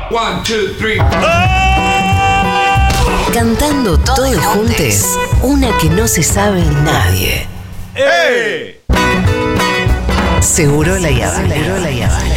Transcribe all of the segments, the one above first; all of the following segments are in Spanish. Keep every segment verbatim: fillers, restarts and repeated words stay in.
One, two, three. Cantando todos juntos, una que no se sabe nadie. ¡Eh! Seguro la Habana. Seguro la Habana.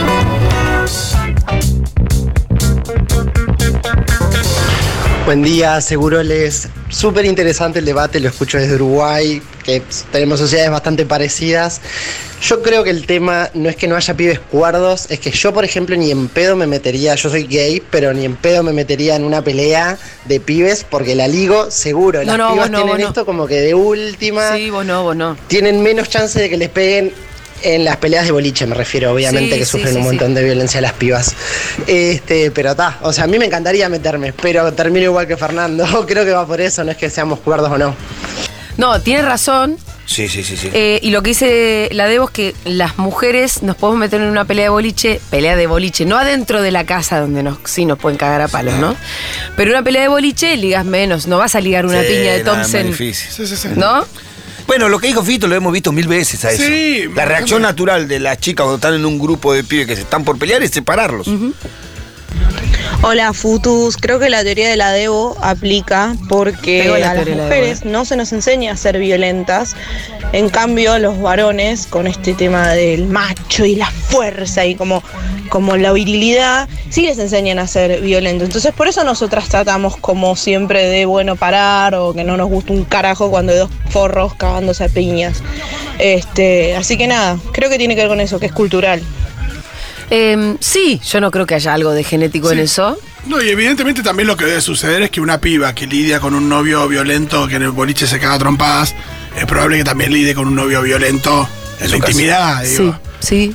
Buen día, Seguroles. Súper interesante el debate, lo escucho desde Uruguay, que tenemos sociedades bastante parecidas. Yo creo que el tema no es que no haya pibes cuerdos, es que yo, por ejemplo, ni en pedo me metería, yo soy gay, pero ni en pedo me metería en una pelea de pibes, porque la ligo seguro. Las no, no, pibas no, tienen no. esto como que de última. Sí, vos no, vos no. Tienen menos chance de que les peguen. En las peleas de boliche me refiero, obviamente, sí, que sí, sufren sí, un montón sí. de violencia las pibas. Este, pero está, o sea, a mí me encantaría meterme, pero termino igual que Fernando. Creo que va por eso, no es que seamos cuerdos o no. No, tienes razón. Sí, sí, sí, sí. Eh, y lo que dice la Debo es que las mujeres nos podemos meter en una pelea de boliche, pelea de boliche, no adentro de la casa donde nos, sí nos pueden cagar a palos, ¿no? Pero una pelea de boliche ligas menos, no vas a ligar una Sí, piña de nada, más Thompson, difícil. Sí, sí, sí. ¿no? Bueno, lo que dijo Fito lo hemos visto mil veces a eso. Sí, La reacción bueno. natural de las chicas cuando están en un grupo de pibes que se están por pelear es separarlos. Uh-huh. Hola, Futus. Creo que la teoría de la Debo aplica porque Pegó la a las teoría de la mujeres Debo, no se nos enseña a ser violentas. En cambio, a los varones, con este tema del macho y la fuerza y como, como la virilidad, sí les enseñan a ser violentos. Entonces, por eso nosotras tratamos como siempre de, bueno, parar o que no nos gusta un carajo cuando hay dos forros cagándose a piñas. Este, así que nada, creo que tiene que ver con eso, que es cultural. Eh, sí, yo no creo que haya algo de genético Sí. en eso. No, y evidentemente también lo que debe suceder es que una piba que lidia con un novio violento que en el boliche se caga a trompadas, es probable que también lidie con un novio violento en En su su casa. intimidad, digo. Sí, sí.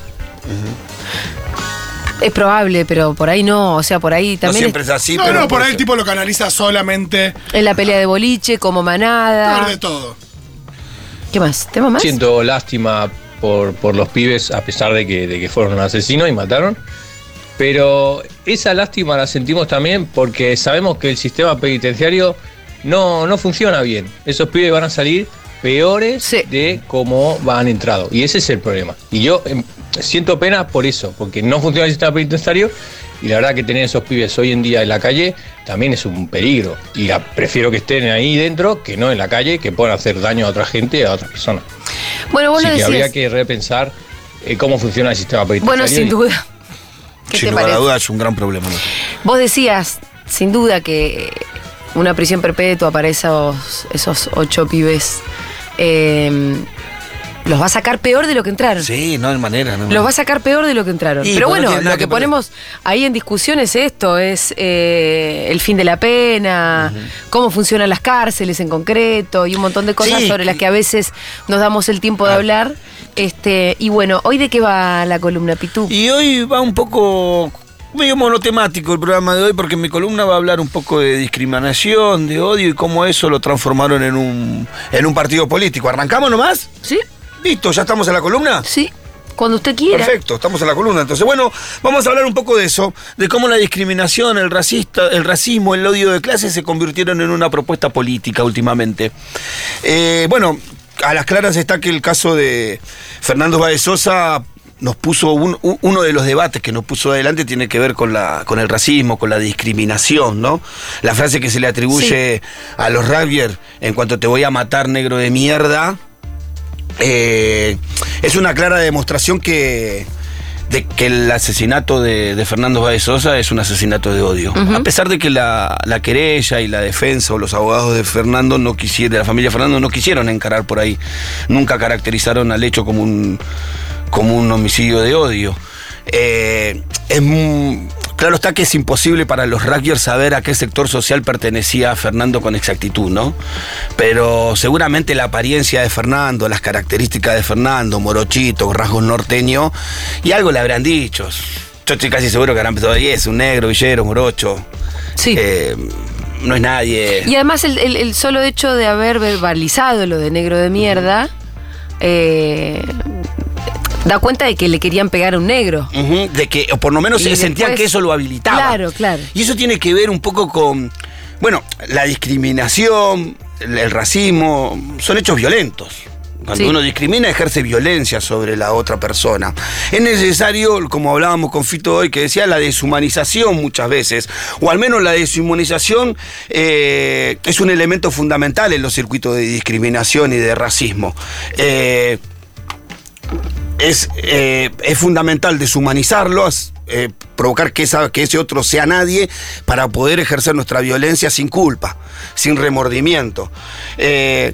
Es probable, pero por ahí no, o sea, por ahí No también siempre es así, no, pero no, por puede ahí el ser. tipo lo canaliza solamente. en la pelea de boliche, como Ver manada. de todo. ¿Qué más? ¿Tema más? Siento lástima por, por los pibes, a pesar de que, de que fueron asesinos y mataron. Pero esa lástima la sentimos también porque sabemos que el sistema penitenciario no, no funciona bien. Esos pibes van a salir peores Sí. de cómo han entrado. Y ese es el problema. Y yo em, siento pena por eso, porque no funciona el sistema penitenciario. Y la verdad que tener esos pibes hoy en día en la calle también es un peligro. Y la, prefiero que estén ahí dentro que no en la calle, que puedan hacer daño a otra gente y a otras personas. Bueno, vos Así lo que decías. habría que repensar eh, cómo funciona el sistema penitenciario. Bueno, sin y- duda. ¿Qué Sin te lugar a parece? dudas es un gran problema, ¿no? Vos decías, sin duda, que una prisión perpetua para esos, esos ocho pibes eh, los va a sacar peor de lo que entraron. Sí, no hay manera. No hay Los va a sacar peor de lo que entraron. Y, Pero pues, no bueno, tiene nada lo que que perder. ponemos ahí en discusión es esto, es eh, el fin de la pena, cómo funcionan las cárceles en concreto y un montón de cosas Sí. sobre las que a veces nos damos el tiempo de Ah. hablar. Este, y bueno, ¿hoy de qué va la columna, Pitú? Y hoy va un poco medio monotemático el programa de hoy porque mi columna va a hablar un poco de discriminación, de odio y cómo eso lo transformaron en un, en un partido político. ¿Arrancamos nomás? ¿Sí? ¿Listo? ¿Ya estamos en la columna? Sí, cuando usted quiera. Perfecto, estamos en la columna. Entonces, bueno, vamos a hablar un poco de eso, de cómo la discriminación, el racista, el racismo, el odio de clase se convirtieron en una propuesta política últimamente. Eh, bueno, a las claras está que el caso de Fernando Báez Sosa nos puso un- un- uno de los debates que nos puso adelante tiene que ver con la con el racismo, con la discriminación, ¿no? La frase que se le atribuye a los rugbyers en cuanto te voy a matar, negro de mierda, eh, es una clara demostración que de que el asesinato de, de Fernando Báez Sosa es un asesinato de odio. Ujú. A pesar de que la, la querella y la defensa o los abogados de Fernando no quisieron, de la familia Fernando no quisieron encarar por ahí. Nunca caracterizaron al hecho como un, como un homicidio de odio. Eh, es muy, claro está que es imposible para los rugbyers saber a qué sector social pertenecía Fernando con exactitud, ¿no? Pero seguramente la apariencia de Fernando, las características de Fernando, morochito, rasgos norteños, y algo le habrán dicho. Yo estoy casi seguro que habrán empezado ahí, es un negro, villero, morocho. Sí. Eh, no es nadie. Y además el, el- el solo hecho de haber verbalizado lo de negro de mierda eh, da cuenta de que le querían pegar a un negro. Ujú, de que, o por lo menos Y se sentían después- que eso lo habilitaba. Claro, claro. Y eso tiene que ver un poco con, bueno, la discriminación, el, el racismo, son hechos violentos. Cuando Sí. uno discrimina, ejerce violencia sobre la otra persona. Es necesario, como hablábamos con Fito hoy, que decía la deshumanización muchas veces, o al menos la deshumanización eh, es un elemento fundamental en los circuitos de discriminación y de racismo. Eh, es, eh, es fundamental deshumanizarlo, eh, provocar que, esa, que ese otro sea nadie para poder ejercer nuestra violencia sin culpa, sin remordimiento. Eh,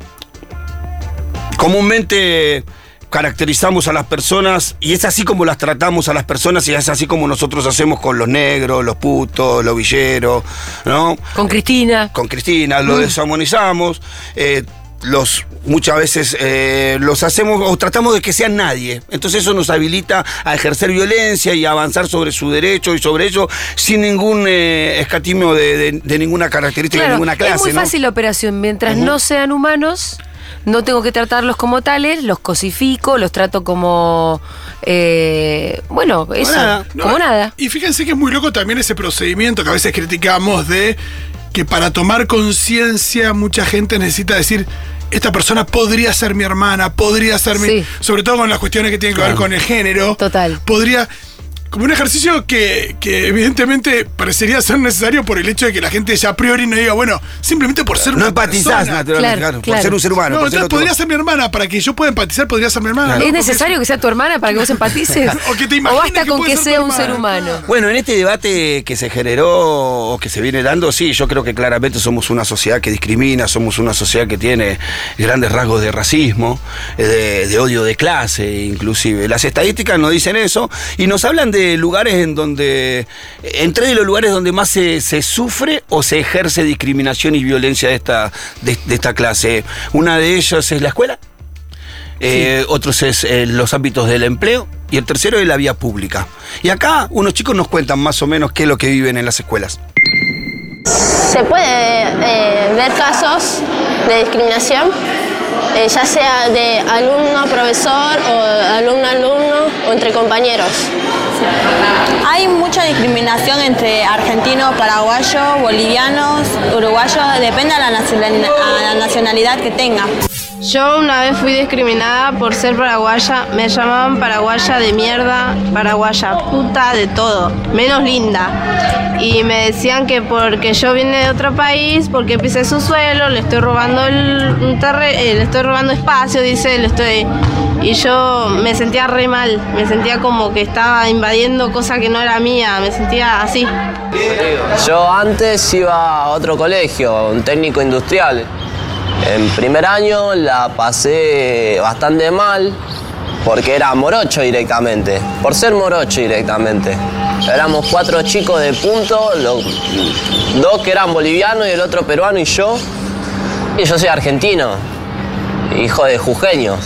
Comúnmente caracterizamos a las personas y es así como las tratamos a las personas y es así como nosotros hacemos con los negros, los putos, los villeros, ¿no? Con Cristina. Con Cristina, lo Mm. deshumanizamos, eh, los muchas veces eh, los hacemos o tratamos de que sean nadie. Entonces eso nos habilita a ejercer violencia y a avanzar sobre su derecho y sobre ello sin ningún eh, escatimio de, de, de ninguna característica, Claro, de ninguna clase. es muy ¿no? fácil la operación. Mientras Ujú. no sean humanos, no tengo que tratarlos como tales, los cosifico, los trato como... eh, bueno, eso, nada. No, como nada. Y fíjense que es muy loco también ese procedimiento que a veces criticamos de que para tomar conciencia mucha gente necesita decir, esta persona podría ser mi hermana, podría ser mi... Sí. Sobre todo con las cuestiones que tienen que Claro. ver con el género. Total. Podría... Como un ejercicio que, que evidentemente parecería ser necesario por el hecho de que la gente ya a priori no diga, bueno, simplemente por ser No una empatizás, persona. naturalmente, Claro, claro, claro. por ser un ser humano. No, por ser entonces otro. podría ser mi hermana, para que yo pueda empatizar, podría ser mi hermana. ¿no? ¿Es Porque necesario que sea tu hermana para que vos empatices? O que te ¿O imagines basta que con puede que ser tu sea un hermana? ser humano? Bueno, en este debate que se generó o que se viene dando, sí, yo creo que claramente somos una sociedad que discrimina, somos una sociedad que tiene grandes rasgos de racismo, de, de odio de clase, inclusive. Las estadísticas nos dicen eso y nos hablan de lugares en donde, entre de los lugares donde más se, se sufre o se ejerce discriminación y violencia de esta, de, de esta clase. Una de ellas es la escuela. Eh, otros es eh, los ámbitos del empleo y el tercero es la vía pública. Y acá unos chicos nos cuentan más o menos qué es lo que viven en las escuelas. Se puede eh, ver casos de discriminación, eh, ya sea de alumno-profesor o alumno-alumno o entre compañeros. Hay mucha discriminación entre argentinos, paraguayos, bolivianos, uruguayos, depende a la, nacionalidad, a la nacionalidad que tenga. Yo una vez fui discriminada por ser paraguaya, me llamaban paraguaya de mierda, paraguaya puta, de todo, menos linda. Y me decían que porque yo vine de otro país, porque pisé su suelo, le estoy robando el un terre- eh, le estoy robando espacio, dice, le estoy. Y yo me sentía re mal, me sentía como que estaba invadiendo cosa que no era mía, me sentía así. Yo antes iba a otro colegio, un técnico industrial. En primer año la pasé bastante mal porque era morocho directamente, por ser morocho directamente. Éramos cuatro chicos de punto, los, dos que eran bolivianos y el otro peruano y yo. Y yo soy argentino, hijo de jujeños.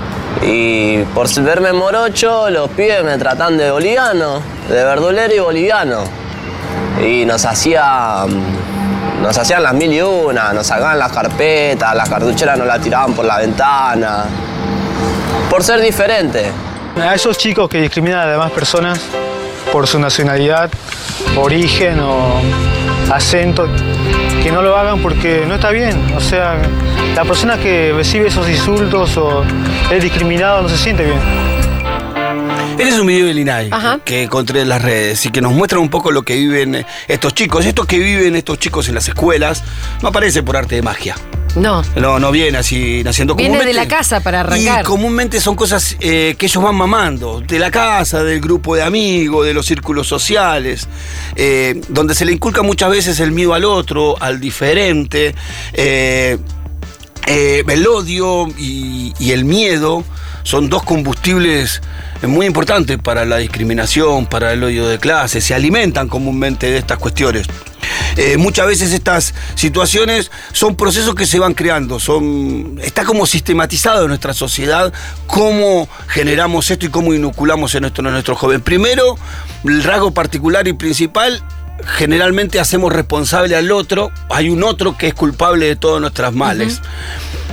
Y por verme morocho, los pibes me tratan de boliviano, de verdulero y boliviano. Y nos hacían... Nos hacían las mil y una, nos sacaban las carpetas, las cartucheras nos las tiraban por la ventana. Por ser diferente. A esos chicos que discriminan a las demás personas por su nacionalidad, origen o acento, que no lo hagan porque no está bien. O sea, la persona que recibe esos insultos o es discriminado no se siente bien. Este es un video del I N A I Ajá. que encontré en las redes y que nos muestra un poco lo que viven estos chicos. Estos que viven estos chicos en las escuelas no aparece por arte de magia. No. No, no viene así naciendo Viene de comúnmente. la casa para arrancar. Y comúnmente son cosas eh, que ellos van mamando, de la casa, del grupo de amigos, de los círculos sociales, eh, donde se le inculca muchas veces el miedo al otro, al diferente, eh, eh, el odio y, y el miedo son dos combustibles muy importantes para la discriminación, para el odio de clase, se alimentan comúnmente de estas cuestiones. Eh, muchas veces estas situaciones son procesos que se van creando, son, está como sistematizado en nuestra sociedad cómo generamos esto y cómo inoculamos en nuestro, en nuestro joven. Primero, el rasgo particular y principal, generalmente hacemos responsable al otro, hay un otro que es culpable de todos nuestros males. Uh-huh.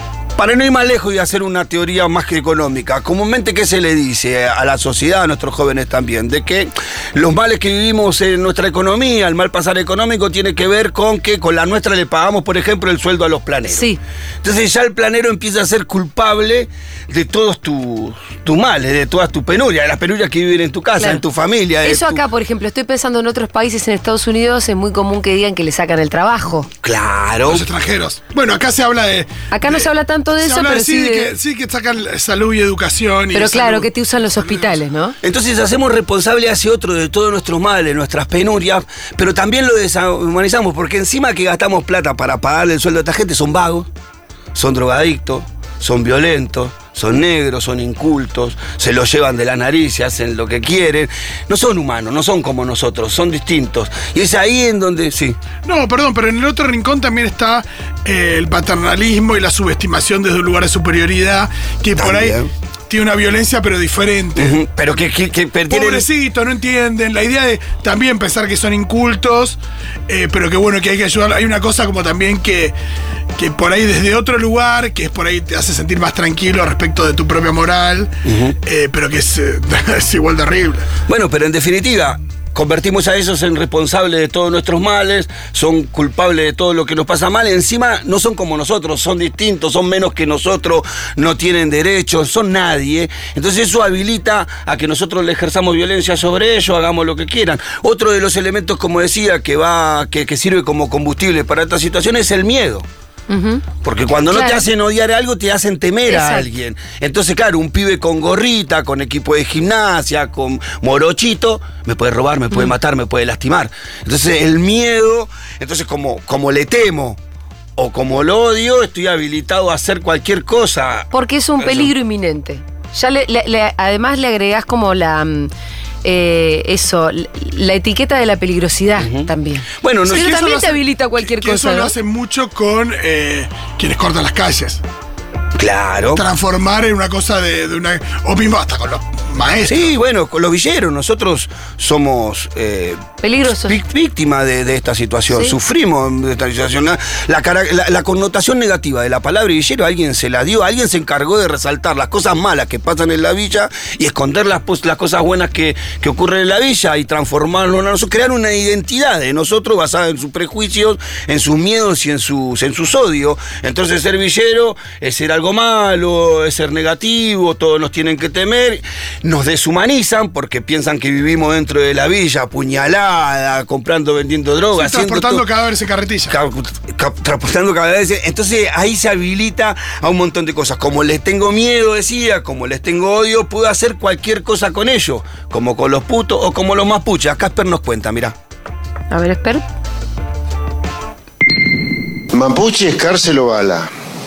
Para no ir más lejos y hacer una teoría más que económica, comúnmente, ¿qué se le dice a la sociedad, a nuestros jóvenes también? De que los males que vivimos en nuestra economía, el mal pasar económico, tiene que ver con que con la nuestra le pagamos, por ejemplo, el sueldo a los planeros. Sí. Entonces ya el planero empieza a ser culpable de todos tus tus males, de todas tus penurias, de las penurias que viven en tu casa, Claro. en tu familia. Eso tu... acá, por ejemplo, estoy pensando en otros países, en Estados Unidos, es muy común que digan que le sacan el trabajo. Claro. Los extranjeros. Bueno, acá se habla de. Acá no de- se habla tanto de se eso, habla pero de- sí sí, de- que, sí que sacan salud y educación. Y Pero claro, salud. que te usan los hospitales, ¿no? Entonces hacemos responsable hacia otro de todos nuestros males, nuestras penurias, pero también lo deshumanizamos, porque encima que gastamos plata para pagarle el sueldo a esta gente, son vagos, son drogadictos, son violentos, son negros, son incultos, se lo llevan de la nariz, se hacen lo que quieren. No son humanos, no son como nosotros, son distintos. Y es ahí en donde, sí. No, perdón, pero en el otro rincón también está eh, el paternalismo y la subestimación desde un lugar de superioridad, que por ahí También. tiene una violencia pero diferente. Ujú, pero que, que, que pero tienen- Pobrecito, no entienden. La idea de también pensar que son incultos, eh, pero que bueno, que hay que ayudar. Hay una cosa como también que, que por ahí desde otro lugar, que es por ahí te hace sentir más tranquilo respecto de tu propia moral, eh, pero que es, eh, es igual de horrible. Bueno, pero en definitiva, convertimos a esos en responsables de todos nuestros males, son culpables de todo lo que nos pasa mal. Encima no son como nosotros, son distintos, son menos que nosotros, no tienen derechos, son nadie. Entonces eso habilita a que nosotros le ejerzamos violencia sobre ellos, hagamos lo que quieran. Otro de los elementos, como decía, que va, que, que sirve como combustible para esta situación es el miedo. Ujú. Porque cuando no Claro. te hacen odiar algo, te hacen temer Exacto. a alguien. Entonces, claro, un pibe con gorrita, con equipo de gimnasia, con morochito, me puede robar, me puede matar, me puede lastimar. Entonces, el miedo, entonces como, como le temo o como lo odio, estoy habilitado a hacer cualquier cosa. Porque es un Eso. peligro inminente. Ya le, le- le- además le agregás como la mm, eh, eso, la, la etiqueta de la peligrosidad también. Bueno, no Sí, Pero que eso también lo te hace- habilita cualquier que cosa. Eso lo ¿no? hacen mucho con eh, quienes cortan las calles. Claro. Transformar en una cosa de, de una. O mismo hasta con los maestros. Sí, bueno, con los villeros, nosotros somos eh, Peligrosos. vic- víctimas de, de esta situación, Sí. sufrimos de esta situación. La, la cara- la- la connotación negativa de la palabra villero, alguien se la dio, alguien se encargó de resaltar las cosas malas que pasan en la villa y esconder las, pos- las cosas buenas que, que ocurren en la villa y transformarlo en nosotros, crear una identidad de nosotros basada en sus prejuicios, en sus miedos y en sus, en sus odios. Entonces ser villero es ser algo malo, es ser negativo, todos nos tienen que temer, nos deshumanizan porque piensan que vivimos dentro de la villa, apuñalada, comprando, vendiendo drogas, Sí, haciendo transportando todo- cadáveres en carretilla. ca- ca- transportando cadáveres. Entonces ahí se habilita a un montón de cosas. Como les tengo miedo, decía, como les tengo odio, puedo hacer cualquier cosa con ellos, como con los putos o como los mapuches. Casper nos cuenta, mirá. A ver, Esper. Mapuche, cárcel o bala.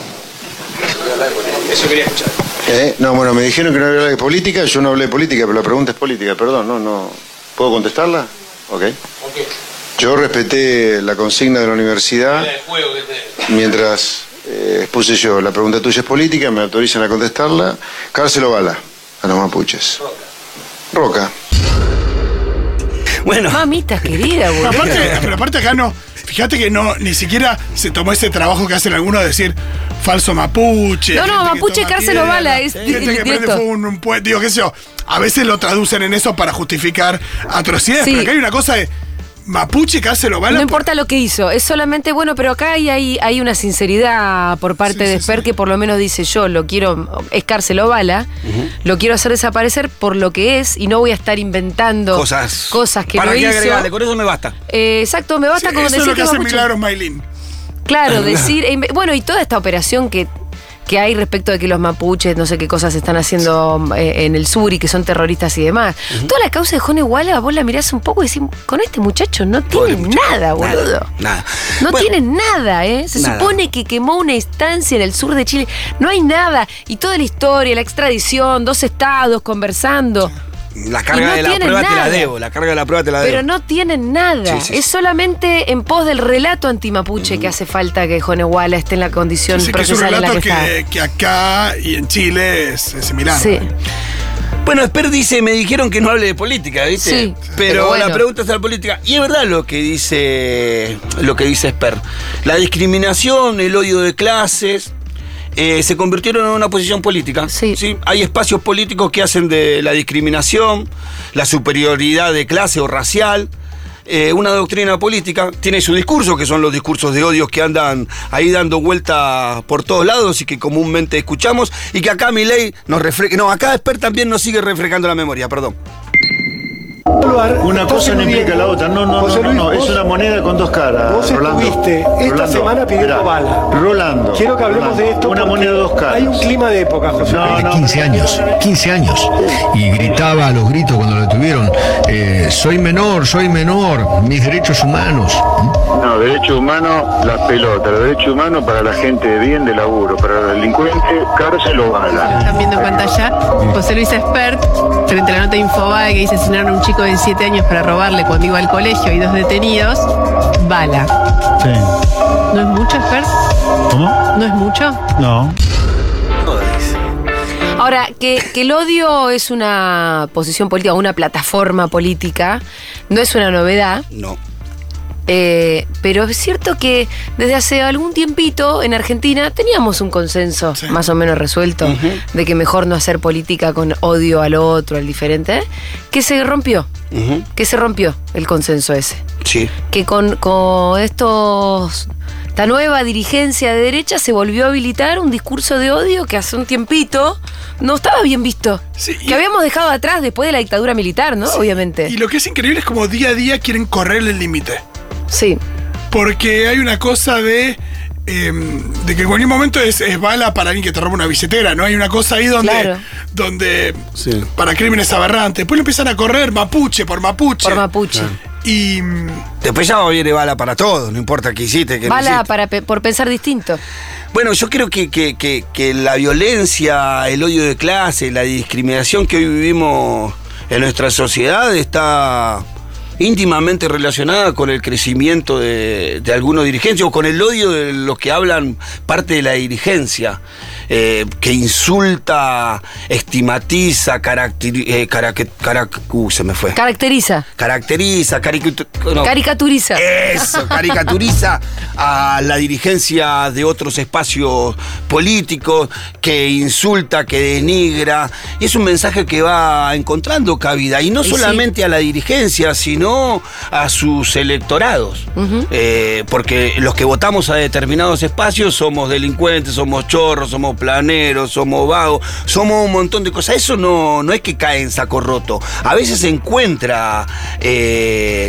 Eso quería escuchar. ¿Eh? No, bueno, me dijeron que no había de política, yo no hablé de política, pero la pregunta es política, perdón, no, no. ¿Puedo contestarla? Ok. Yo respeté la consigna de la universidad mientras eh, expuse yo. La pregunta tuya es política, me autorizan a contestarla. Cárcel o bala a los mapuches. Roca. Bueno. Mamita querida, Pero boludo. aparte, pero aparte acá no, fíjate que no, ni siquiera se tomó ese trabajo que hacen algunos de decir falso mapuche. No, no, gente que mapuche, toma cárcel o piedra, bala, es gente di- que prende directo. fuego un, un puente, digo, qué sé yo. A veces lo traducen en eso para justificar atrocidades, Sí. pero acá hay una cosa de mapuche, cárcel o bala. No importa lo que hizo, es solamente bueno, pero acá hay, hay, hay una sinceridad por parte de Esper que por lo menos dice yo lo quiero, es cárcel o bala, lo quiero hacer desaparecer por lo que es y no voy a estar inventando Cosas. cosas que ¿Para no qué hizo. agregarle? Con eso me basta. Eh, exacto, me basta Sí, con eso decir es lo que hace mapuche. Milagros Mailín. Claro, decir, e inve- bueno, y toda esta operación que, que hay respecto de que los mapuches, no sé qué cosas están haciendo eh, en el sur y que son terroristas y demás. Toda la causa de Jone Walla, vos la mirás un poco y decís, con este muchacho no Pobre tiene muchacho. nada, boludo. Nada. nada. No Bueno, tiene nada, ¿eh? Se nada. supone que quemó una instancia en el sur de Chile. No hay nada. Y toda la historia, la extradición, dos estados conversando. La Y carga no de la tienen prueba te la nada. debo, la carga de la prueba te la debo. Pero no tienen nada. Sí, sí, Es sí. solamente en pos del relato antimapuche que hace falta que Jone Walla esté en la condición Sí, que es un procesal en la relato que, que, está. que acá y en Chile es, es similar. Sí. Bueno, Esper dice, me dijeron que no hable de política, ¿viste? Sí, pero, pero bueno. la pregunta es la política. Y es verdad lo que dice lo que dice Esper. La discriminación, el odio de clases, eh, se convirtieron en una posición política. Sí. ¿sí? Hay espacios políticos que hacen de la discriminación, la superioridad de clase o racial, eh, una doctrina política. Tiene su discurso, que son los discursos de odios que andan ahí dando vuelta por todos lados y que comúnmente escuchamos, y que acá Milei nos refresca. No, acá Esper también nos sigue refrescando la memoria, perdón. Una cosa no implica la otra, no, no, no, no, no, es una moneda con dos caras. Vos Rolando, estuviste esta Rolando, semana pidiendo mirá, bala. Rolando. Quiero que hablemos Rolando, de esto. Una moneda de dos caras. Hay un clima de época, José. No, no, quince años, quince años. Y gritaba a los gritos cuando lo tuvieron, eh, soy menor, soy menor, mis derechos humanos. No, derechos humanos, las pelotas. Los derechos humanos para la gente de bien, de laburo. Para los delincuentes, cárcel o bala. Están viendo en pantalla José Luis Espert frente a la nota de Infobae que dice asesinaron a un chico de siete años para robarle cuando iba al colegio y dos detenidos. Bala. Sí. ¿No es mucho, Espert? ¿Cómo? ¿No es mucho? No. Ahora, que, que el odio es una posición política, una plataforma política, no es una novedad. No. Eh, pero es cierto que desde hace algún tiempito en Argentina teníamos un consenso sí. más o menos resuelto uh-huh. de que mejor no hacer política con odio al otro, al diferente, que se rompió, uh-huh. que se rompió el consenso ese. Sí. Que con, con estos, esta nueva dirigencia de derecha se volvió a habilitar un discurso de odio que hace un tiempito no estaba bien visto. Sí, que habíamos dejado atrás después de la dictadura militar, ¿no? Sí. Obviamente. Y lo que es increíble es como día a día quieren correr el límite. Sí. Porque hay una cosa de, eh, de que en cualquier momento es, es bala para alguien que te roba una billetera, ¿no? Hay una cosa ahí donde, claro. donde sí. para crímenes aberrantes. Después lo empiezan a correr mapuche por mapuche. Por mapuche. Claro. Y después ya viene bala para todo, no importa qué hiciste. Qué bala no hiciste. Para pe- por pensar distinto. Bueno, yo creo que, que, que, que la violencia, el odio de clase, la discriminación que hoy vivimos en nuestra sociedad está íntimamente relacionada con el crecimiento de, de algunos dirigentes o con el odio de los que hablan parte de la dirigencia, eh, que insulta, estigmatiza, caracter, eh, carac, carac, uh, se me fue. Caracteriza. Caracteriza, caricatur, no. caricaturiza. Eso, caricaturiza a la dirigencia de otros espacios políticos, que insulta, que denigra. Y es un mensaje que va encontrando cabida, y no y solamente sí. a la dirigencia, sino a sus electorados, uh-huh. eh, porque los que votamos a determinados espacios somos delincuentes, somos chorros, somos planeros, somos vagos, somos un montón de cosas. Eso no, no es que cae en saco roto. A veces se encuentra eh,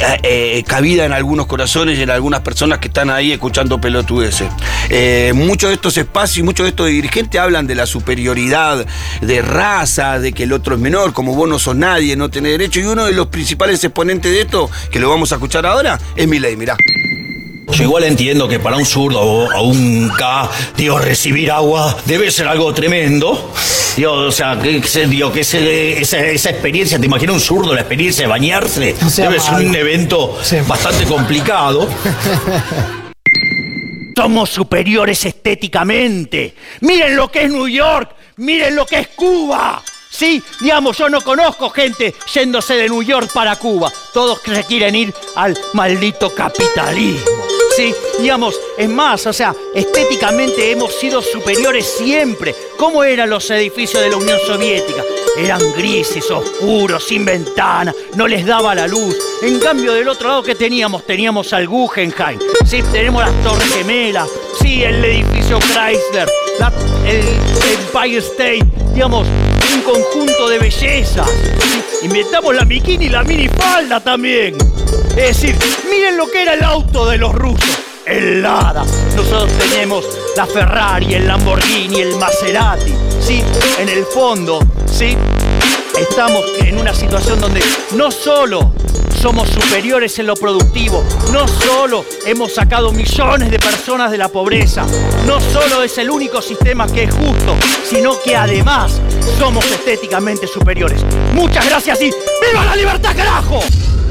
eh, cabida en algunos corazones y en algunas personas que están ahí escuchando pelotudeces. Eh, muchos de estos espacios y muchos de estos dirigentes hablan de la superioridad de raza, de que el otro es menor, como vos no sos nadie, no tenés derecho, y uno de los principales exponente de esto, que lo vamos a escuchar ahora, es Milei, mirá. Yo igual entiendo que para un zurdo o a un K, digo, recibir agua debe ser algo tremendo. Digo, o sea, que, digo, que ese, esa, esa experiencia, ¿te imaginas un zurdo, la experiencia de bañarse? O sea, debe ser un evento sí. bastante complicado. Somos superiores estéticamente. Miren lo que es New York, miren lo que es Cuba. Sí, digamos, yo no conozco gente yéndose de New York para Cuba. Todos se quieren ir al maldito capitalismo. Sí, digamos, es más, o sea, estéticamente hemos sido superiores siempre. ¿Cómo eran los edificios de la Unión Soviética? Eran grises, oscuros, sin ventana, no les daba la luz. En cambio, del otro lado, ¿qué teníamos? Teníamos al Guggenheim, sí, tenemos las Torres Gemelas, sí, el edificio Chrysler, la, el Empire State, digamos, un conjunto de bellezas. ¿Sí? Inventamos la bikini y la minifalda también. Es decir, miren lo que era el auto de los rusos, el Lada. Nosotros tenemos la Ferrari, el Lamborghini, el Maserati. Sí, en el fondo, sí, estamos en una situación donde no solo somos superiores en lo productivo, no solo hemos sacado millones de personas de la pobreza, no solo es el único sistema que es justo, sino que además somos estéticamente superiores. Muchas gracias y ¡viva la libertad, carajo!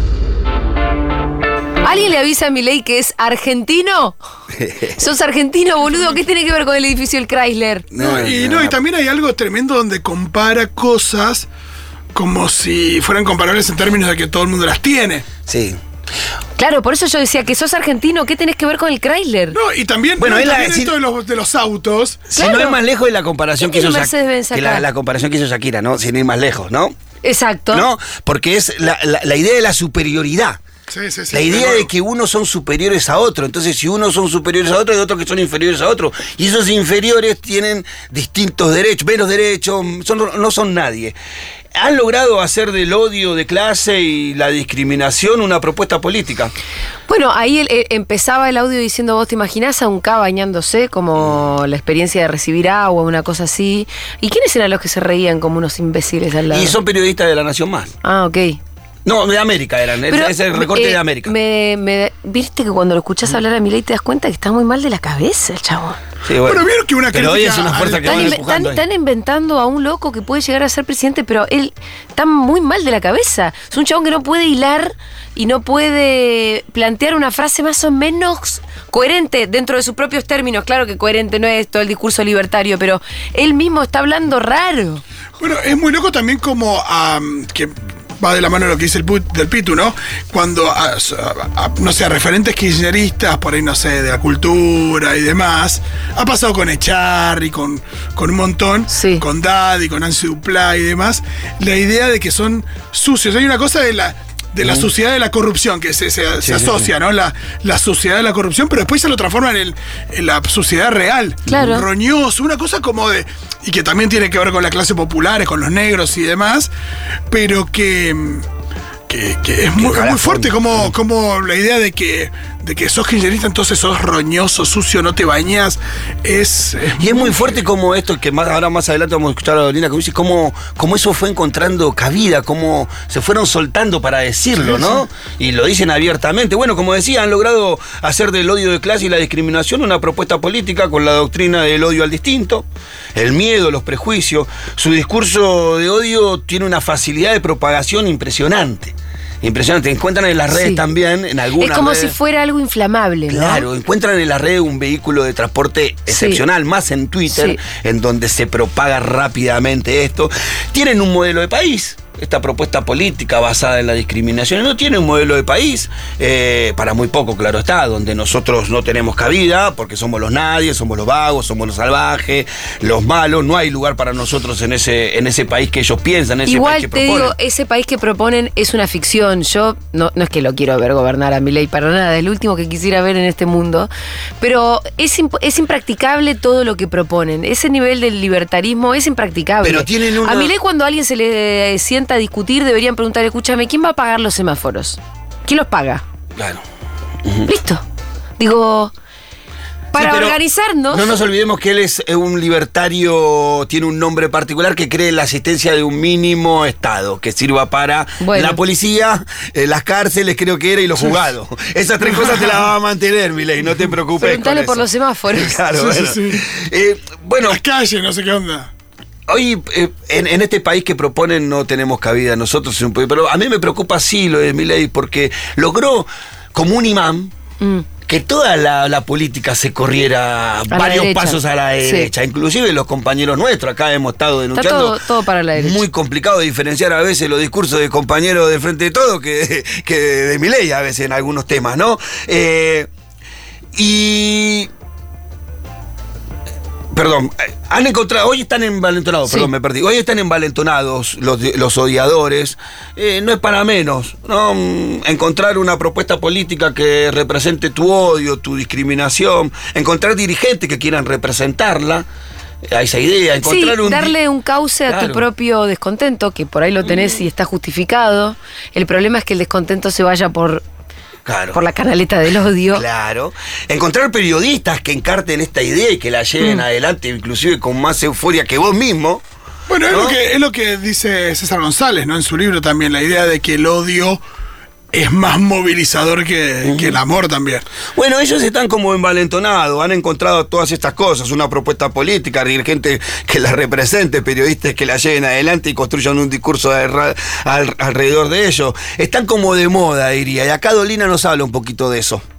¿Alguien le avisa a Milei que es argentino? ¿Sos argentino, boludo? ¿Qué tiene que ver con el edificio del Chrysler? No, y, no, y también hay algo tremendo donde compara cosas como si fueran comparables en términos de que todo el mundo las tiene. Sí. Claro, por eso yo decía que sos argentino, ¿qué tenés que ver con el Chrysler? No, y también, Bueno, no, y es la- también si- esto de los, de los autos. Si no es más lejos de la comparación que ¿Quién hizo tiene Shak- Mercedes-Benz que la, acá? la comparación que hizo Shakira, ¿no? Sin ir más lejos, ¿no? Exacto. ¿No? Porque es la, la- la idea de la superioridad. Sí, sí, sí. La idea pero- de que unos son superiores a otro. Entonces, si unos son superiores a otro, hay otros que son inferiores a otro. Y esos inferiores tienen distintos derechos, menos derechos, son- no son nadie. Han logrado hacer del odio de clase y la discriminación una propuesta política. Bueno, ahí el- el- empezaba el audio diciendo, vos te imaginás a un K bañándose, como la experiencia de recibir agua, una cosa así. ¿Y quiénes eran los que se reían como unos imbéciles al lado? Y son periodistas de La Nación Más. Ah, ok. No, de América eran. Pero, es el recorte eh, de América. Me, me- Viste que cuando lo escuchás hablar a Milei te das cuenta que está muy mal de la cabeza el chabón. Sí, bueno. Bueno, vieron que una Pero hoy crítica es una fuerza al- que Están, van inve- empujando están- ahí. están inventando a un loco que puede llegar a ser presidente, pero él está muy mal de la cabeza. Es un chabón que no puede hilar y no puede plantear una frase más o menos coherente dentro de sus propios términos. Claro que coherente no es todo el discurso libertario, pero él mismo está hablando raro. Bueno, es muy loco también como am, que va de la mano de lo que dice el put, del Pitu, ¿no? Cuando, a- a- a- no sé, a referentes kirchneristas, por ahí, no sé, de la cultura y demás, ha pasado con Echarri, con, con un montón, con Daddy, con Nancy Duplá y demás, la idea de que son sucios. Hay una cosa de la... de la Mm. suciedad de la corrupción, que se, se- se sí, asocia, sí. ¿no? La, la suciedad de la corrupción, pero después se lo transforma en, el, en la suciedad real. Claro. Roñoso, una cosa como de... Y que también tiene que ver con la clase popular, con los negros y demás, pero que... que, que es, muy, es muy fuerte como, como la idea de que, de que sos kirchnerista, entonces sos roñoso, sucio, no te bañas. Es, es Y es muy fuerte como esto, que más, ahora más adelante vamos a escuchar a Dolina, que dice cómo, cómo eso fue encontrando cabida, cómo se fueron soltando para decirlo, Sí, ¿no? Y lo dicen abiertamente. Bueno, como decía, han logrado hacer del odio de clase y la discriminación una propuesta política con la doctrina del odio al distinto, el miedo, los prejuicios. Su discurso de odio tiene una facilidad de propagación impresionante. Impresionante. Encuentran en las redes Sí. también, en algunas Es como redes. si fuera algo inflamable, ¿no? Claro, encuentran en la red un vehículo de transporte excepcional, más en Twitter, Sí. en donde se propaga rápidamente esto. Tienen un modelo de país. Esta propuesta política basada en la discriminación no tiene un modelo de país, eh, para muy poco, claro está, donde nosotros no tenemos cabida, porque somos los nadie, somos los vagos, somos los salvajes, los malos, no hay lugar para nosotros en ese, en ese país que ellos piensan, en ese Igual país que te proponen. digo, ese país que proponen es una ficción. Yo no, no es que lo quiero ver gobernar a Milei para nada, es lo último que quisiera ver en este mundo. Pero es, imp- es impracticable todo lo que proponen. Ese nivel del libertarismo es impracticable. Pero tienen una- A Milei, cuando a alguien se le sienta a discutir, deberían preguntar, escúchame, ¿quién va a pagar los semáforos? ¿Quién los paga? Claro. Listo. Digo, para Sí, pero organizarnos. No nos olvidemos que él es un libertario, tiene un nombre particular que cree en la existencia de un mínimo Estado que sirva para Bueno. la policía, eh, las cárceles, creo que era, y los juzgados. Esas tres cosas te las va a mantener, Milei, no te preocupes. Preguntale con por eso. los semáforos. Claro, Sí, bueno. sí, sí. Eh, bueno, las calles, no sé qué onda. hoy eh, en, en este país que proponen no tenemos cabida nosotros, en un país, pero a mí me preocupa sí lo de Milei porque logró como un imán Mm. que toda la, la política se corriera la varios derecha. pasos a la Sí. derecha, inclusive los compañeros nuestros acá hemos estado Está denunciando. todo, todo para la derecha. Muy complicado diferenciar a veces los discursos de compañeros de Frente de Todo que, que de Milei a veces en algunos temas, ¿no? Eh, y... Perdón, eh, han encontrado, hoy están envalentonados, Sí. perdón, me perdí. Hoy están envalentonados los, los odiadores. Eh, no es para menos, ¿no? Mm, Encontrar una propuesta política que represente tu odio, tu discriminación, encontrar dirigentes que quieran representarla, eh, a esa idea, Sí, encontrar un. darle un cauce a tu Claro. propio descontento, que por ahí lo tenés y está justificado. El problema es que el descontento se vaya por, Claro. por la canaleta del odio. Claro. Encontrar periodistas que encarten esta idea y que la lleven Mm. adelante, inclusive con más euforia que vos mismo. Bueno, es, ¿no? lo que, es lo que dice César González, ¿no? En su libro también, la idea de que el odio es más movilizador que, que el amor también. Bueno, ellos están como envalentonados, han encontrado todas estas cosas, una propuesta política, dirigentes que la represente, periodistas que la lleven adelante y construyan un discurso de ra- al- alrededor de ellos. Están como de moda, diría, y acá Dolina nos habla un poquito de eso.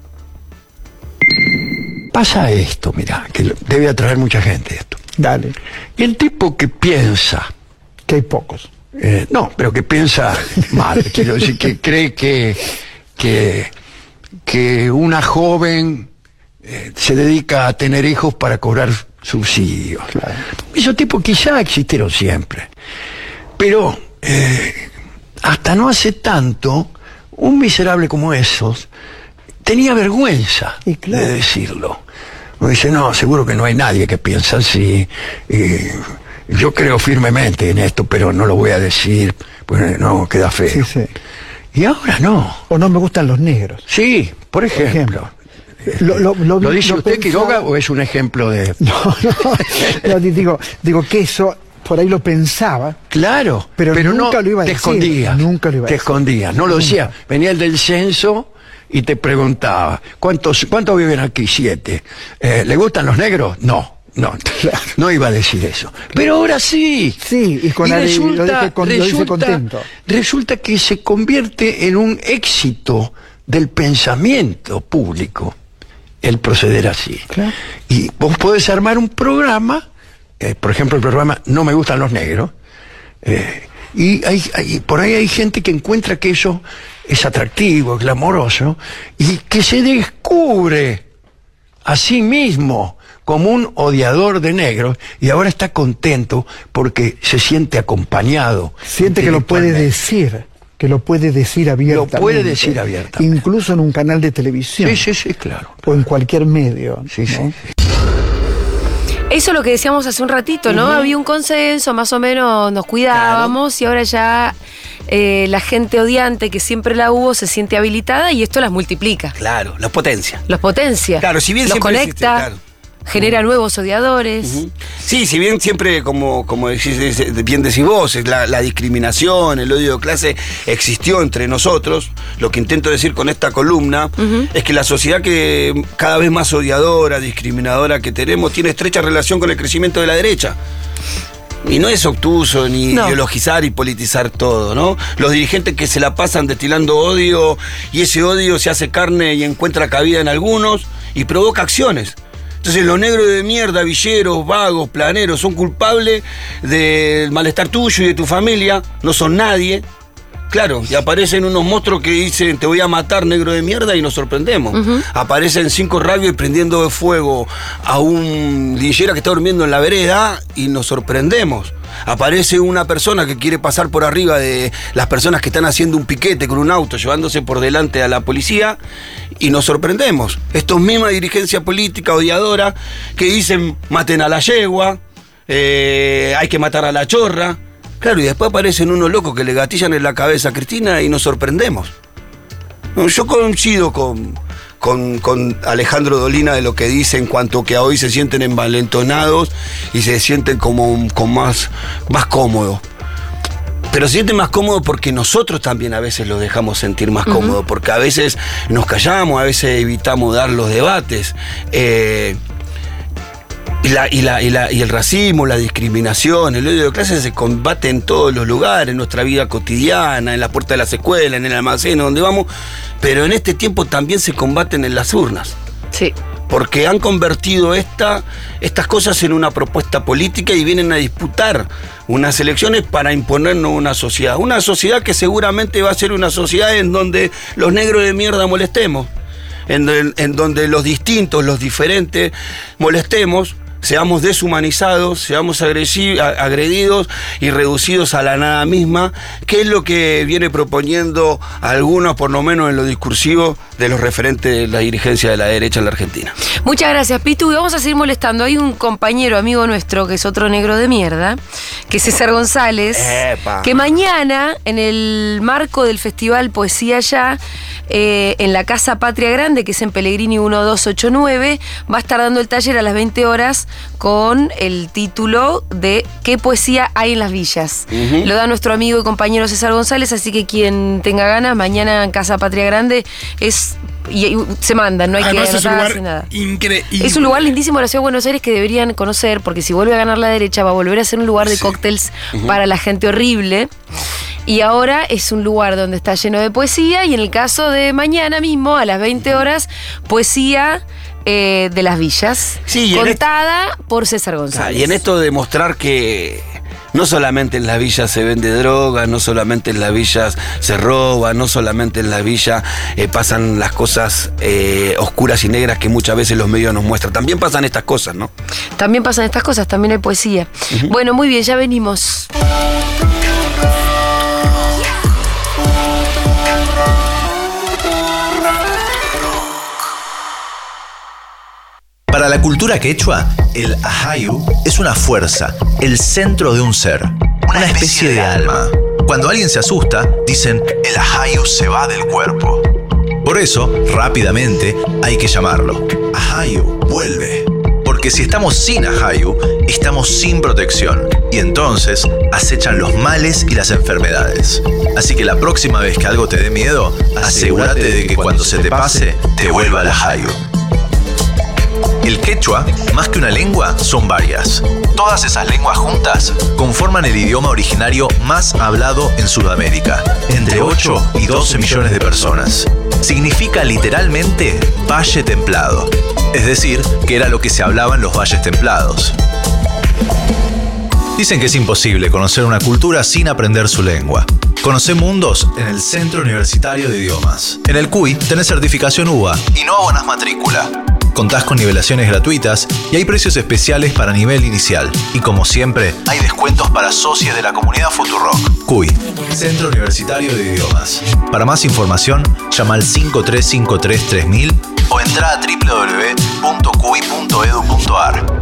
Pasa esto, mira, que lo- debe atraer mucha gente esto. Dale. El tipo que piensa, que hay pocos. Eh, no, pero que piensa mal, quiero decir, que cree que, que que una joven eh, se dedica a tener hijos para cobrar subsidios. Claro. Esos tipos quizá existieron siempre. Pero eh, hasta no hace tanto, un miserable como esos tenía vergüenza y claro. de decirlo. Uno dice, no, seguro que no hay nadie que piensa así. Eh, yo creo firmemente en esto, pero no lo voy a decir, pues no, queda feo. Sí, sí. Y ahora no. O no me gustan los negros. Sí, por ejemplo. Por ejemplo. Lo, lo, lo, ¿Lo dice lo usted, pensaba... Quiroga, o es un ejemplo de...? No, no, no digo, digo que eso... Por ahí lo pensaba. Claro, pero, pero nunca no, lo iba a te decir. Escondías, nunca lo iba a te decir. escondías, no lo decía. Venía el del censo y te preguntaba, ¿cuántos, cuántos viven aquí? Siete. Eh, ¿Le gustan los negros? No, no, no iba a decir eso. Pero ahora sí. Sí, y con y la, resulta, lo dije con, lo resulta, contento. Resulta que se convierte en un éxito del pensamiento público el proceder así. Claro. Y vos podés armar un programa. Eh, por ejemplo, el programa No me gustan los negros, eh, y hay, hay, por ahí hay gente que encuentra que eso es atractivo, es glamoroso, y que se descubre a sí mismo como un odiador de negros, y ahora está contento porque se siente acompañado. Siente que lo puede decir, que lo puede decir abiertamente. Lo puede decir abiertamente. Incluso en un canal de televisión. Sí, sí, sí, claro. O en cualquier medio. Sí, ¿no? sí. Eso es lo que decíamos hace un ratito, ¿no? Uh-huh. Había un consenso, más o menos nos cuidábamos, claro. Y ahora ya eh, la gente odiante que siempre la hubo se siente habilitada y esto las multiplica. Claro, los potencia. Los potencia. Claro, si bien los siempre conecta. Existe, claro. Genera nuevos odiadores. Uh-huh. Sí, si bien siempre, como, como decís, bien decís vos, la, la discriminación, el odio de clase existió entre nosotros, lo que intento decir con esta columna uh-huh. es que la sociedad que cada vez más odiadora, discriminadora que tenemos, tiene estrecha relación con el crecimiento de la derecha. Y no es obtuso ni no. ideologizar y politizar todo, ¿no? Los dirigentes que se la pasan destilando odio y ese odio se hace carne y encuentra cabida en algunos y provoca acciones. Entonces los negros de mierda, villeros, vagos, planeros, son culpables del malestar tuyo y de tu familia, no son nadie. Claro, y aparecen unos monstruos que dicen, te voy a matar, negro de mierda, y nos sorprendemos. Uh-huh. Aparecen cinco rabios prendiendo de fuego a un linchera que está durmiendo en la vereda y nos sorprendemos. Aparece una persona que quiere pasar por arriba de las personas que están haciendo un piquete con un auto, llevándose por delante a la policía, y nos sorprendemos. Estos misma dirigencia política odiadora que dicen, maten a la yegua, eh, hay que matar a la chorra. Claro, y después aparecen unos locos que le gatillan en la cabeza a Cristina y nos sorprendemos. Yo coincido con, con, con Alejandro Dolina de lo que dice en cuanto que a hoy se sienten envalentonados y se sienten como, como más, más cómodos. Pero se sienten más cómodos porque nosotros también a veces los dejamos sentir más uh-huh. cómodos, porque a veces nos callamos, a veces evitamos dar los debates. Eh, Y, la, y, la, y, la, y el racismo, la discriminación, el odio de clase se combate en todos los lugares, en nuestra vida cotidiana, en la puerta de las escuelas, en el almacén, donde vamos, pero en este tiempo también se combaten en las urnas. Sí. Porque han convertido esta, estas cosas en una propuesta política y vienen a disputar unas elecciones para imponernos una sociedad. Una sociedad que seguramente va a ser una sociedad en donde los negros de mierda molestemos, en, en donde los distintos, los diferentes molestemos, seamos deshumanizados, seamos agredidos y reducidos a la nada misma, que es lo que viene proponiendo algunos, por lo menos en lo discursivo, de los referentes de la dirigencia de la derecha en la Argentina. Muchas gracias, Pitu, y vamos a seguir molestando. Hay un compañero, amigo nuestro, que es otro negro de mierda, que es César González, Epa. que mañana, en el marco del Festival Poesía Ya, eh, en la Casa Patria Grande, que es en Pellegrini uno dos ocho nueve, va a estar dando el taller a las veinte horas con el título de ¿Qué poesía hay en las villas? Uh-huh. Lo da nuestro amigo y compañero César González, así que quien tenga ganas, mañana en Casa Patria Grande es y, y se mandan, no hay Además que anotarse nada. Increíble. Es un lugar lindísimo de la ciudad de Buenos Aires que deberían conocer, porque si vuelve a ganar la derecha va a volver a ser un lugar de sí. cócteles uh-huh. para la gente horrible. Y ahora es un lugar donde está lleno de poesía, y en el caso de mañana mismo, a las veinte horas, poesía eh, de las villas, sí, contada este, por César González. Y en esto de mostrar que No solamente en las villas se vende droga, no solamente en las villas se roba, no solamente en las villas eh, pasan las cosas eh, oscuras y negras que muchas veces los medios nos muestran. También pasan estas cosas, ¿no? También pasan estas cosas, también hay poesía. Uh-huh. Bueno, muy bien, ya venimos. Para la cultura quechua, el ajayu es una fuerza, el centro de un ser, una especie de alma. Cuando alguien se asusta, dicen, el ajayu se va del cuerpo. Por eso, rápidamente, hay que llamarlo. Ajayu, vuelve. Porque si estamos sin ajayu, estamos sin protección. Y entonces acechan los males y las enfermedades. Así que la próxima vez que algo te dé miedo, asegúrate de que cuando se te pase, te vuelva el ajayu. El quechua, más que una lengua, son varias. Todas esas lenguas juntas conforman el idioma originario más hablado en Sudamérica, entre ocho y doce millones de personas. Significa literalmente valle templado, es decir, que era lo que se hablaba en los valles templados. Dicen que es imposible conocer una cultura sin aprender su lengua. Conocé mundos en el Centro Universitario de Idiomas. En el C U I tenés certificación U B A y no abonás matrícula. Contás con nivelaciones gratuitas y hay precios especiales para nivel inicial. Y como siempre, hay descuentos para socios de la comunidad Futurock. C U I, Centro Universitario de Idiomas. Para más información, llama al cinco tres cinco tres tres mil o entra a doble u doble u doble u punto q u i punto e d u punto a r.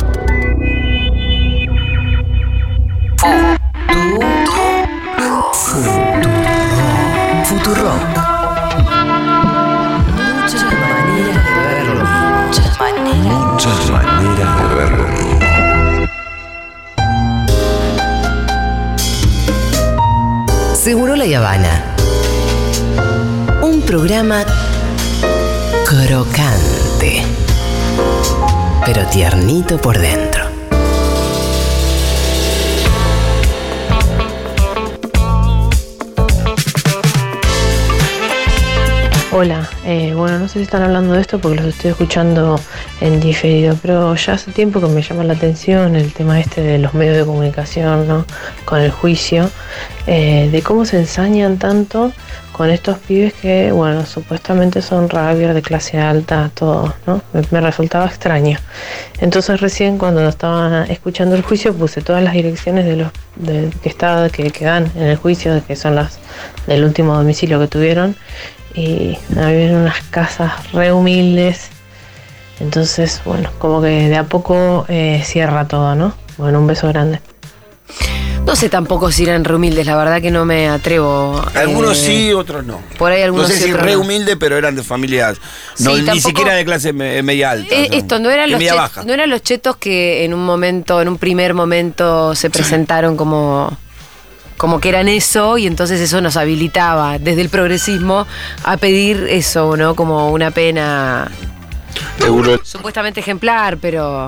Futurock. Muchas maneras de verlo. Muchas maneras. Muchas maneras de verlo. Seguro La Habana. Un programa crocante, pero tiernito por dentro. Hola, eh, bueno, no sé si están hablando de esto porque los estoy escuchando en diferido, pero ya hace tiempo que me llama la atención el tema este de los medios de comunicación, ¿no? Con el juicio, eh, de cómo se ensañan tanto con estos pibes que, bueno, supuestamente son rabias de clase alta, todo, ¿no? Me, me resultaba extraño. Entonces recién cuando estaba escuchando el juicio puse todas las direcciones de los de, que, está, que, que dan en el juicio, que son las del último domicilio que tuvieron, y había unas casas re humildes. Entonces, bueno, como que de a poco eh, cierra todo, ¿no? Bueno, un beso grande. No sé tampoco si eran re humildes, la verdad que no me atrevo. Algunos eh, sí, otros no. Por ahí algunos no sé sí, si re no. humildes, pero eran de familias no, Sí, ni tampoco- siquiera de clase me- media alta. Eh, ¿no? esto no eran, De los media chet- baja. no eran los chetos que en un momento, en un primer momento se presentaron como, como que eran eso, y entonces eso nos habilitaba desde el progresismo a pedir eso, ¿no? Como una pena Seguro, supuestamente ejemplar, pero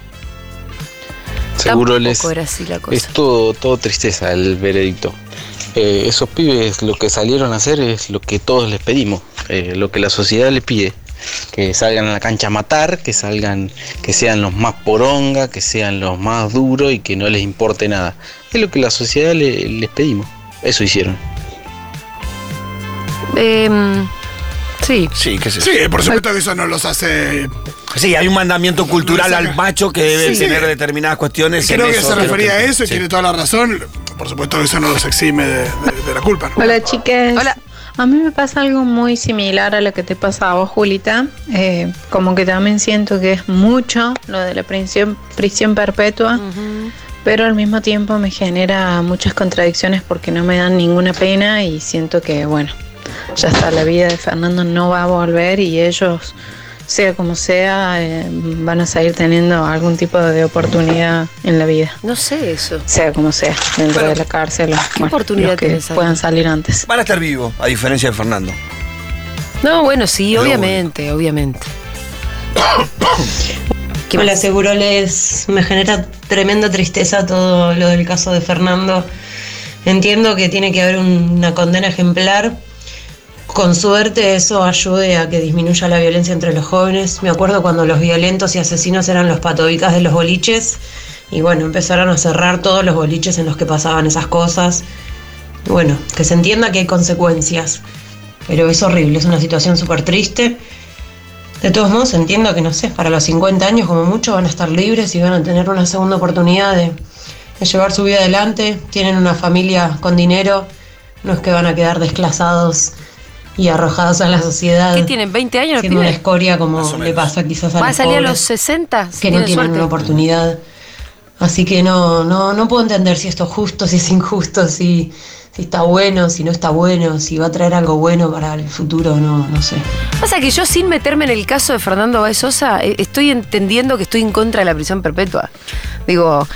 seguro les tampoco era así la cosa. es todo, todo tristeza el veredicto. Eh, esos pibes lo que salieron a hacer es lo que todos les pedimos, eh, lo que la sociedad les pide. Que salgan a la cancha a matar, que salgan, que sean los más poronga, que sean los más duros y que no les importe nada. Es lo que la sociedad le- les pedimos. Eso hicieron. Em, sí. Sí, qué sé yo. Sí, por supuesto que eso no los hace. Sí, hay un mandamiento cultural No le saca- al macho que debe Sí. tener determinadas cuestiones. Creo en que eso, se creo refería que- a eso y sí. tiene toda la razón. Por supuesto que eso no los exime de, de- de la culpa, ¿no? Hola chiques. Hola. A mí me pasa algo muy similar a lo que te pasa a vos, Julita. Eh, como que también siento que es mucho lo de la prisión, prisión perpetua, pero al mismo tiempo me genera muchas contradicciones porque no me dan ninguna pena y siento que, bueno, ya está, la vida de Fernando no va a volver y ellos, sea como sea, eh, van a seguir teniendo algún tipo de oportunidad en la vida. No sé eso. Sea como sea, dentro de la cárcel. o, bueno, oportunidad los que tenés ahí? puedan salir antes. Van a estar vivos, a diferencia de Fernando. No, bueno, sí, Pero obviamente, obviamente. ¿Qué Hola, más? Seguroles. Me genera tremenda tristeza todo lo del caso de Fernando. Entiendo que tiene que haber una condena ejemplar. Con suerte eso ayude a que disminuya la violencia entre los jóvenes. Me acuerdo cuando los violentos y asesinos eran los patobicas de los boliches Y bueno, empezaron a cerrar todos los boliches en los que pasaban esas cosas. Y bueno, que se entienda que hay consecuencias. Pero es horrible, es una situación súper triste. De todos modos, entiendo que, no sé, para los cincuenta años como mucho van a estar libres y van a tener una segunda oportunidad de, de llevar su vida adelante. Tienen una familia con dinero, no es que van a quedar desclasados y arrojados a la sociedad. ¿Qué tienen? ¿veinte años? Siendo una escoria como le pasa quizás a ¿Va a los salir a pobres, los sesenta? que no tienen una oportunidad. Así que no, no, no puedo entender si esto es justo, si es injusto, si, si está bueno, si no está bueno, si va a traer algo bueno para el futuro, no, no sé. Pasa que yo, sin meterme en el caso de Fernando Báez Sosa, eh, estoy entendiendo que estoy en contra de la prisión perpetua. Digo,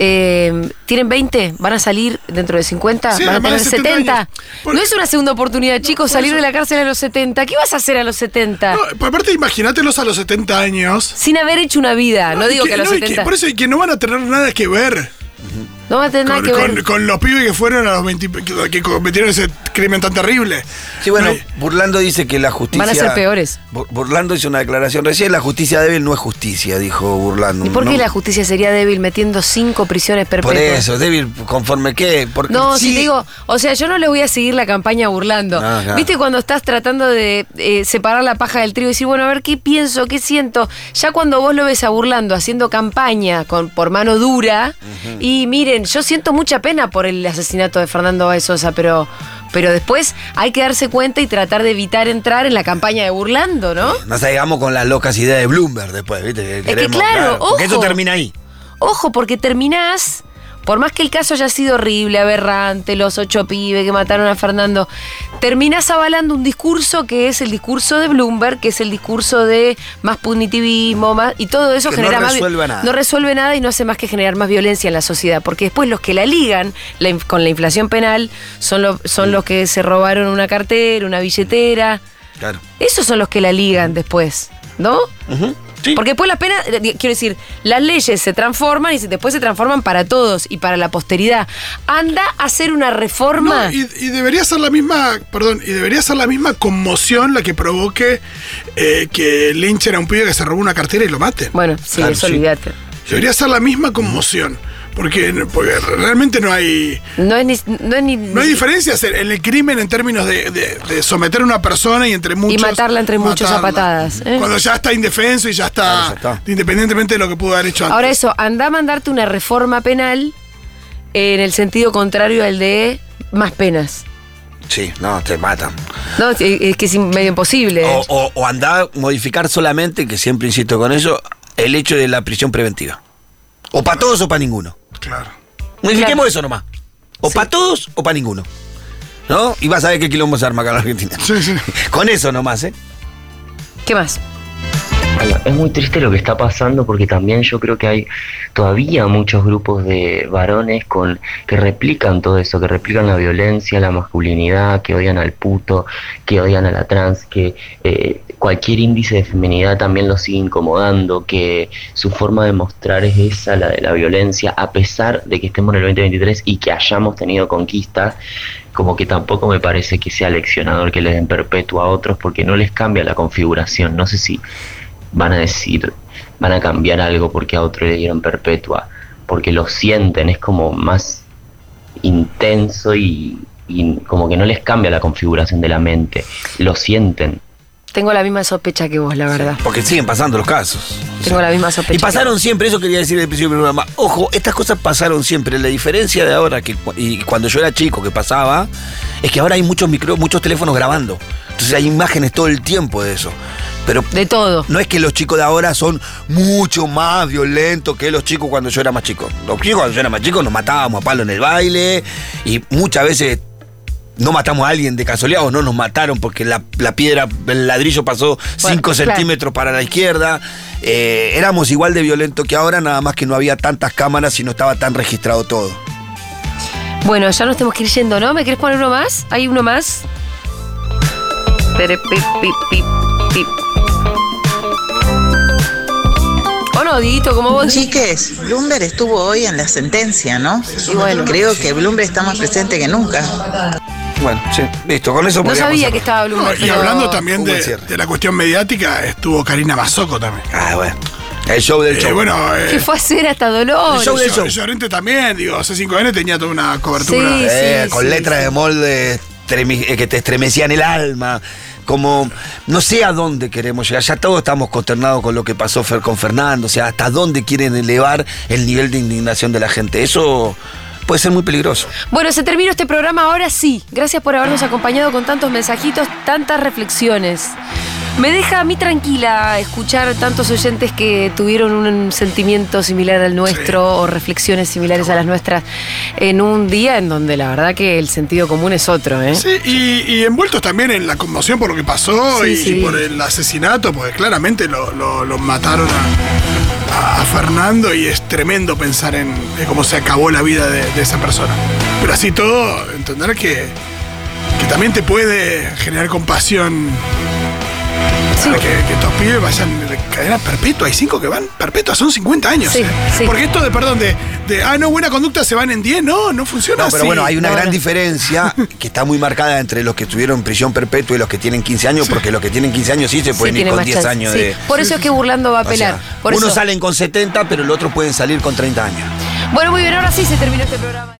eh, ¿tienen veinte? ¿Van a salir dentro de cincuenta? Sí, ¿Van a tener setenta? Por- No es una segunda oportunidad, chicos, por salir eso- de la cárcel a los setenta. ¿Qué vas a hacer a los setenta? No, pues aparte, imagínatelos a los setenta años. Sin haber hecho una vida, no, y digo que, a los no, y que- setenta. por eso, y que no van a tener nada que ver. No va a tener nada Con, que con- ver. con los pibes que fueron a los veinte, que, que cometieron ese crimen tan terrible. Sí, bueno, No hay- Burlando dice que la justicia... Van a ser peores. Bu- Burlando hizo una declaración recién, la justicia débil no es justicia, dijo Burlando. ¿Y por qué ¿no? la justicia sería débil metiendo cinco prisiones Por perpetuas? eso, débil, conforme qué. Porque No, sí, si te digo, o sea, yo no le voy a seguir la campaña burlando. No, claro. ¿Viste cuando estás tratando de eh, separar la paja del trigo y decir, bueno, a ver qué pienso, qué siento? Ya cuando vos lo ves a Burlando haciendo campaña con, por mano dura, y miren, yo siento mucha pena por el asesinato de Fernando Báez Sosa, pero, pero después hay que darse cuenta y tratar de evitar entrar en la campaña de Burlando, ¿no? No salgamos con las locas ideas de Bloomberg después, ¿viste? Que que queremos, claro, porque eso ojo. termina ahí. Ojo, porque terminás, por más que el caso haya sido horrible, aberrante, los ocho pibes que mataron a Fernando, terminás avalando un discurso que es el discurso de Bloomberg, que es el discurso de más punitivismo, más, y todo eso Que genera no más. resuelve nada. No resuelve nada y no hace más que generar más violencia en la sociedad, porque después los que la ligan la inf- con la inflación penal son, lo- son los que se robaron una cartera, una billetera. Claro. Esos son los que la ligan después, ¿no? Porque después las penas, eh, quiero decir, las leyes se transforman y se- después se transforman para todos y para la posteridad. Anda a hacer una reforma. No, y, y debería ser la misma, perdón, y debería ser la misma conmoción la que provoque eh, que linchen a un pibe que se robó una cartera y lo maten. Bueno, sí, eso olvídate. Debería ser la misma conmoción. Porque, porque realmente no hay. No es ni. No, es ni, No hay diferencias en el crimen en términos de, de- de someter a una persona y entre muchos. y matarla entre muchos a matarla. patadas. ¿eh? Cuando ya está indefenso y ya está, independientemente de lo que pudo haber hecho antes. Ahora eso, anda a mandarte una reforma penal en el sentido contrario al de más penas. Sí, no, te matan. No, es es que es medio imposible. O, o, o andá a modificar solamente, que siempre insisto con eso, el hecho de la prisión preventiva. O para todos o para ninguno. Claro. Modifiquemos Claro. eso nomás. O para todos o para ninguno. ¿No? Y vas a ver qué quilombo se arma acá en la Argentina. Con eso nomás, ¿eh? ¿Qué más? Bueno, es muy triste lo que está pasando porque también yo creo que hay todavía muchos grupos de varones con que replican todo eso, que replican la violencia, la masculinidad, que odian al puto, que odian a la trans, que eh, cualquier índice de feminidad también los sigue incomodando, que su forma de mostrar es esa, la de la violencia, a pesar de que estemos en el veinte veintitrés y que hayamos tenido conquistas. Como que tampoco me parece que sea leccionador que les den perpetua a otros porque no les cambia la configuración. No sé si van a decir, van a cambiar algo porque a otro le dieron perpetua, porque lo sienten, es como más intenso y, y como que no les cambia la configuración de la mente, lo sienten. Tengo la misma sospecha que vos, la verdad. Porque siguen pasando los casos. Tengo la misma sospecha. Y pasaron siempre, eso quería decir al principio del programa. Ojo, estas cosas pasaron siempre. La diferencia de ahora, que cu- y cuando yo era chico que pasaba, es que ahora hay muchos micro, muchos teléfonos grabando. Entonces hay imágenes todo el tiempo de eso. Pero de todo. No es que los chicos de ahora son mucho más violentos que los chicos cuando yo era más chico. Los chicos cuando yo era más chico nos matábamos a palo en el baile y muchas veces no matamos a alguien de casualidad o no nos mataron porque la, la piedra, el ladrillo pasó cinco claro. centímetros para la izquierda. Eh, éramos igual de violentos que ahora, nada más que no había tantas cámaras y no estaba tan registrado todo. Bueno, ya nos tenemos que ir yendo, ¿no? ¿Me querés poner uno más? ¿Hay uno más? Tere, pip, pip, pip, pip. ¿O no, Dieguito, como vos? Chiques, Bloomberg estuvo hoy en la sentencia, ¿no? Y bueno, creo que Bloomberg está más presente que nunca. Bueno, sí, listo, con eso No podríamos sabía cerrar. que estaba Bloomberg. No, y pero- hablando también Hubo el de, cierre. de la cuestión mediática, estuvo Karina Mazzocco también. Ah, bueno. El show del show. Eh, bueno, eh, Que fue a hacer hasta Dolores. el show del show. Llorente también, digo, C cinco N tenía toda una cobertura. Sí, Eh, sí, con sí, letras sí. de molde tremi- eh, que te estremecían el alma. Como, no sé a dónde queremos llegar. Ya todos estamos consternados con lo que pasó Fer con Fernando. O sea, hasta dónde quieren elevar el nivel de indignación de la gente. Eso puede ser muy peligroso. Bueno, se terminó este programa ahora sí. Gracias por habernos acompañado con tantos mensajitos, tantas reflexiones. Me deja a mí tranquila escuchar tantos oyentes que tuvieron un sentimiento similar al nuestro o reflexiones similares a las nuestras en un día en donde la verdad que el sentido común es otro, ¿eh? Sí, y, y envueltos también en la conmoción por lo que pasó Sí, y, sí. y por el asesinato, porque claramente lo, lo- lo mataron a, a Fernando y es tremendo pensar en, en cómo se acabó la vida de, de esa persona. Pero así todo, entender que, que también te puede generar compasión. Para que, que estos pibes vayan de cadena perpetua. Hay cinco que van perpetua, son cincuenta años. Sí, eh. sí. Porque esto de, perdón, de, de, ah, no, buena conducta se van en diez, no, no funciona No, pero así. bueno, hay una No, gran no. diferencia que está muy marcada entre los que estuvieron en prisión perpetua y los que tienen quince años, porque los que tienen quince años sí se Sí, pueden ir tiene con más diez chance. años Sí. de. Por eso es que Burlando va a O apelar. sea, Por unos eso. salen con setenta, pero el otro pueden salir con treinta años. Bueno, muy bien, ahora sí se terminó este programa.